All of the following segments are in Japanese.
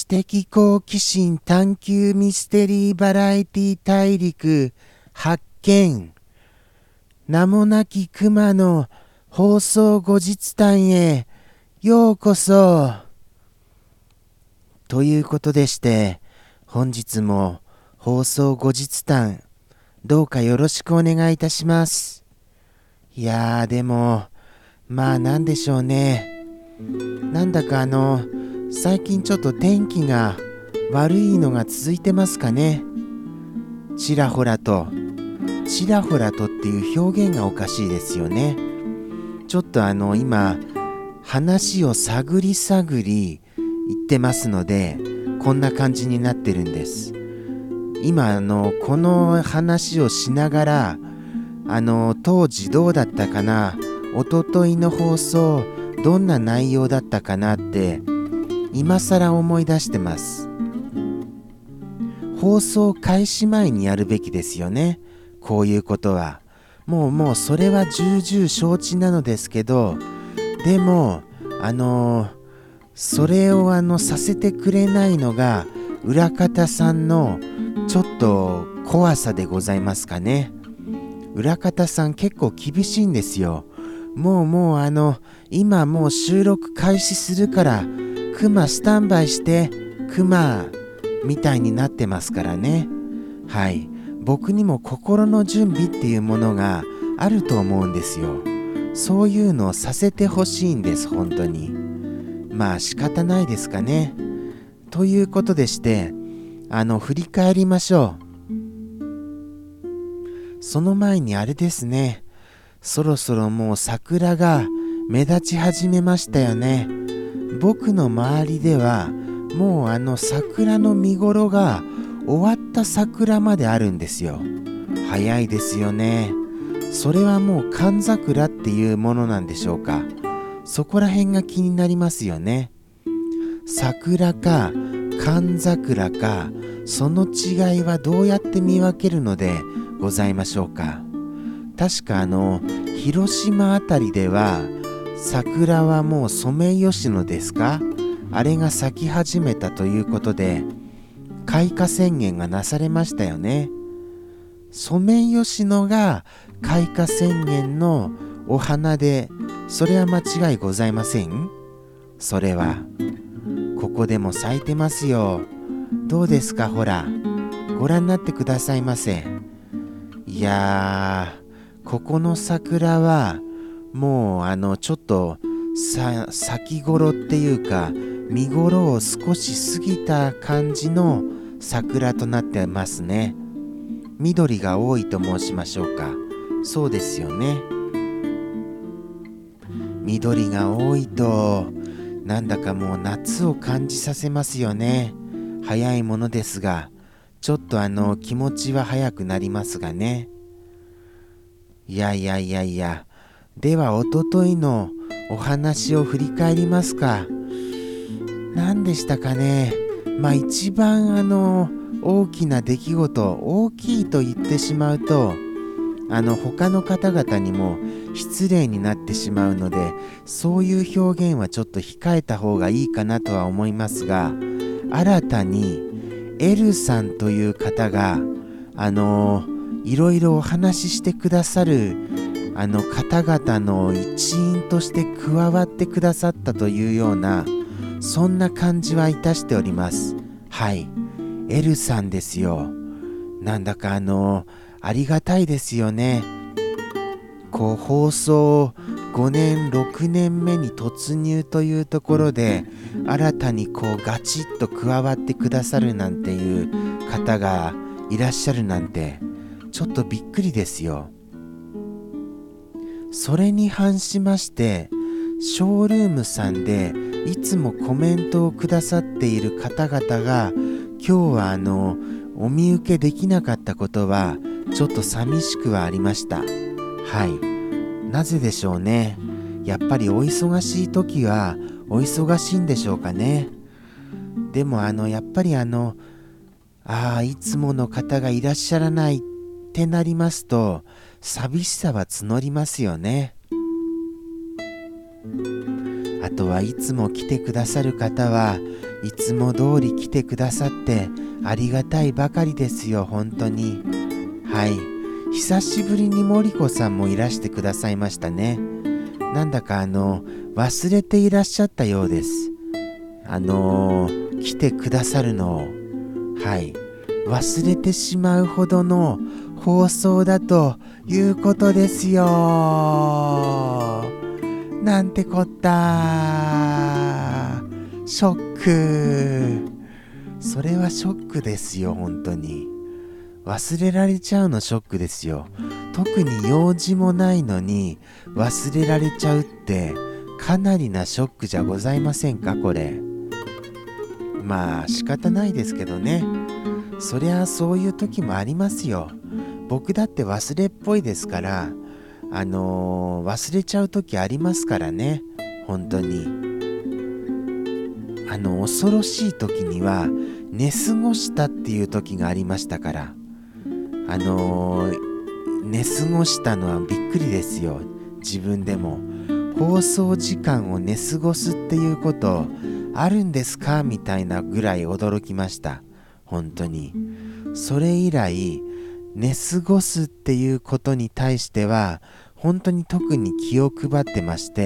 知的好奇心探求ミステリーバラエティ大陸発見。名もなき熊の放送後日談へようこそ。ということでして、本日も放送後日談どうかよろしくお願いいたします。いやーでもなんでしょうね。なんだか最近ちょっと天気が悪いのが続いてますかね。ちらほらとっていう表現がおかしいですよね。ちょっと今話を探り言ってますので、こんな感じになってるんです。今この話をしながら当時どうだったかな、おとといの放送どんな内容だったかなって今更思い出してます。放送開始前にやるべきですよね、こういうことは。もうそれは重々承知なのですけど、でもそれをさせてくれないのが裏方さんのちょっと怖さでございますかね。裏方さん結構厳しいんですよ。もう今もう収録開始するからクマスタンバイしてクマみたいになってますからね。はい、僕にも心の準備っていうものがあると思うんですよ。そういうのをさせてほしいんです、本当に。仕方ないですかね。ということでして振り返りましょう。その前にあれですね、そろそろもう桜が目立ち始めましたよね。僕の周りではもう桜の見頃が終わった桜まであるんですよ。早いですよね。それはもう寒桜っていうものなんでしょうか。そこら辺が気になりますよね。桜か寒桜か、その違いはどうやって見分けるのでございましょうか。確か広島あたりでは桜はもうソメイヨシノですか、あれが咲き始めたということで開花宣言がなされましたよね。ソメイヨシノが開花宣言のお花で、それは間違いございません。それはここでも咲いてますよ。どうですか、ほらご覧になってくださいませ。いやー、ここの桜はもうちょっと咲き頃っていうか見頃を少し過ぎた感じの桜となってますね。緑が多いと申しましょうか。そうですよね。緑が多いとなんだかもう夏を感じさせますよね。早いものですが、ちょっと気持ちは早くなりますがね。いや、ではおとといのお話を振り返りますか。何でしたかね。一番大きな出来事、大きいと言ってしまうと他の方々にも失礼になってしまうので、そういう表現はちょっと控えた方がいいかなとは思いますが、新たにLさんという方がいろいろお話ししてくださる方々の一員として加わってくださったというような、そんな感じはいたしております。はい、Lさんですよ。なんだかありがたいですよね。こう放送5年6年目に突入というところで新たにこうガチッと加わってくださるなんていう方がいらっしゃるなんて、ちょっとびっくりですよ。それに反しましてショールームさんでいつもコメントをくださっている方々が今日はお見受けできなかったことはちょっと寂しくはありました。はい、なぜでしょうね。やっぱりお忙しい時はお忙しいんでしょうかね。でもやっぱりいつもの方がいらっしゃらないってなりますと寂しさは募りますよね。あとはいつも来てくださる方はいつも通り来てくださってありがたいばかりですよ、本当に。はい、久しぶりに森子さんもいらしてくださいましたね。なんだか忘れていらっしゃったようです。来てくださるのを、はい、忘れてしまうほどの放送だということですよ。なんてこった。ショック。それはショックですよ、本当に。忘れられちゃうのショックですよ。特に用事もないのに忘れられちゃうってかなりなショックじゃございませんか、これ。まあ仕方ないですけどね。そりゃそういう時もありますよ。僕だって忘れっぽいですから、忘れちゃう時ありますからね、本当に。恐ろしい時には寝過ごしたっていう時がありましたから、寝過ごしたのはびっくりですよ。自分でも放送時間を寝過ごすっていうことあるんですかみたいなぐらい驚きました、本当に。それ以来寝過ごすっていうことに対しては本当に特に気を配ってまして、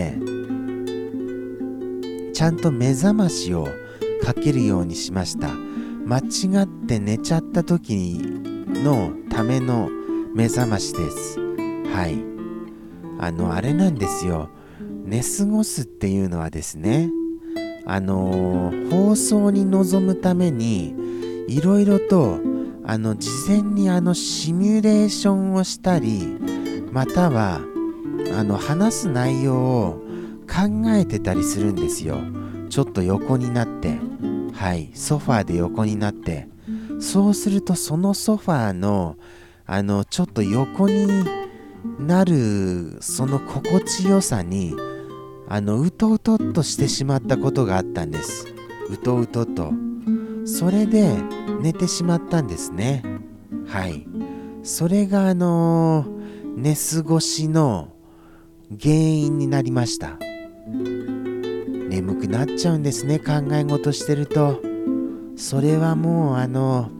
ちゃんと目覚ましをかけるようにしました。間違って寝ちゃった時のための目覚ましです。はい、あれなんですよ。寝過ごすっていうのはですね、放送に臨むためにいろいろと事前にシミュレーションをしたり、または話す内容を考えてたりするんですよ。ちょっと横になって、はい、ソファーで横になって、そうするとそのソファーのちょっと横になるその心地よさにうとうとっとしてしまったことがあったんです。うとうとと。それで寝てしまったんですね。はい。それが寝過ごしの原因になりました。眠くなっちゃうんですね、考え事してると。それはもう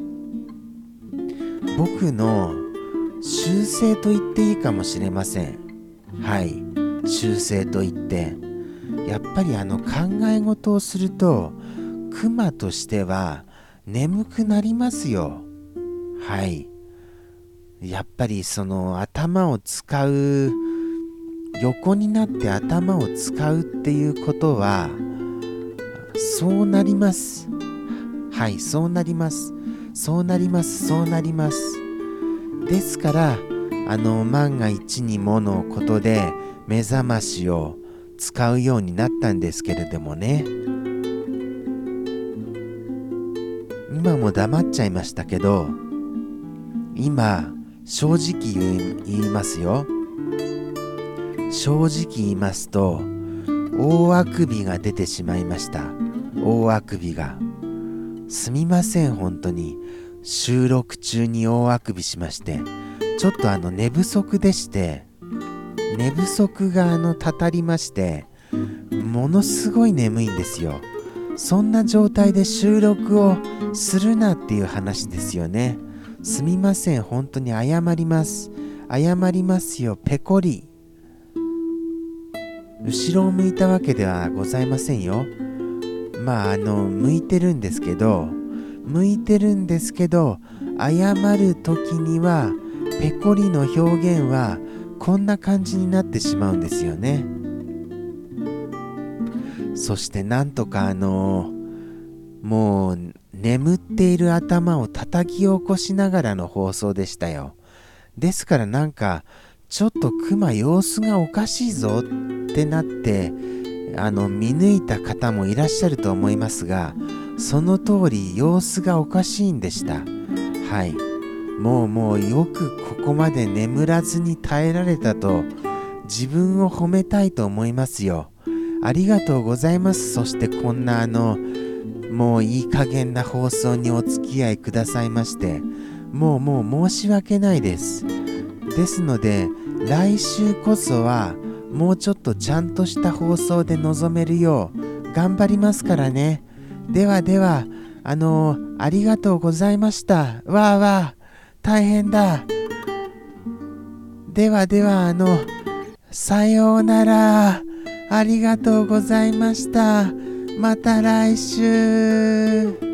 僕の習性と言っていいかもしれません。はい、習性と言って、やっぱり考え事をするとクマとしては眠くなりますよ。はい、やっぱりその頭を使う、横になって頭を使うっていうことはそうなります。はい、そうなります。そうなります。そうなります。ですから万が一にものことで目覚ましを使うようになったんですけれどもね。今も黙っちゃいましたけど、今正直言いますよ。正直言いますと、大あくびが出てしまいました。大あくびが。すみません、本当に。収録中に大あくびしまして、ちょっと寝不足でして、寝不足がたたりまして、ものすごい眠いんですよ。そんな状態で収録をするなっていう話ですよね。すみません、本当に謝ります。謝りますよ、ペコリ。後ろを向いたわけではございませんよ。まあ向いてるんですけど、謝る時にはペコリの表現はこんな感じになってしまうんですよね。そしてなんとかもう眠っている頭を叩き起こしながらの放送でしたよ。ですからなんかちょっとクマ様子がおかしいぞってなって見抜いた方もいらっしゃると思いますが、その通り様子がおかしいんでした。はい、もうよくここまで眠らずに耐えられたと自分を褒めたいと思いますよ。ありがとうございます。そしてこんなもういい加減な放送にお付き合いくださいまして、もう申し訳ないです。ですので来週こそはもうちょっとちゃんとした放送で臨めるよう頑張りますからね。 ではでは、ありがとうございました。わあわあ、大変だ。ではでは、さようなら。ありがとうございました。また来週。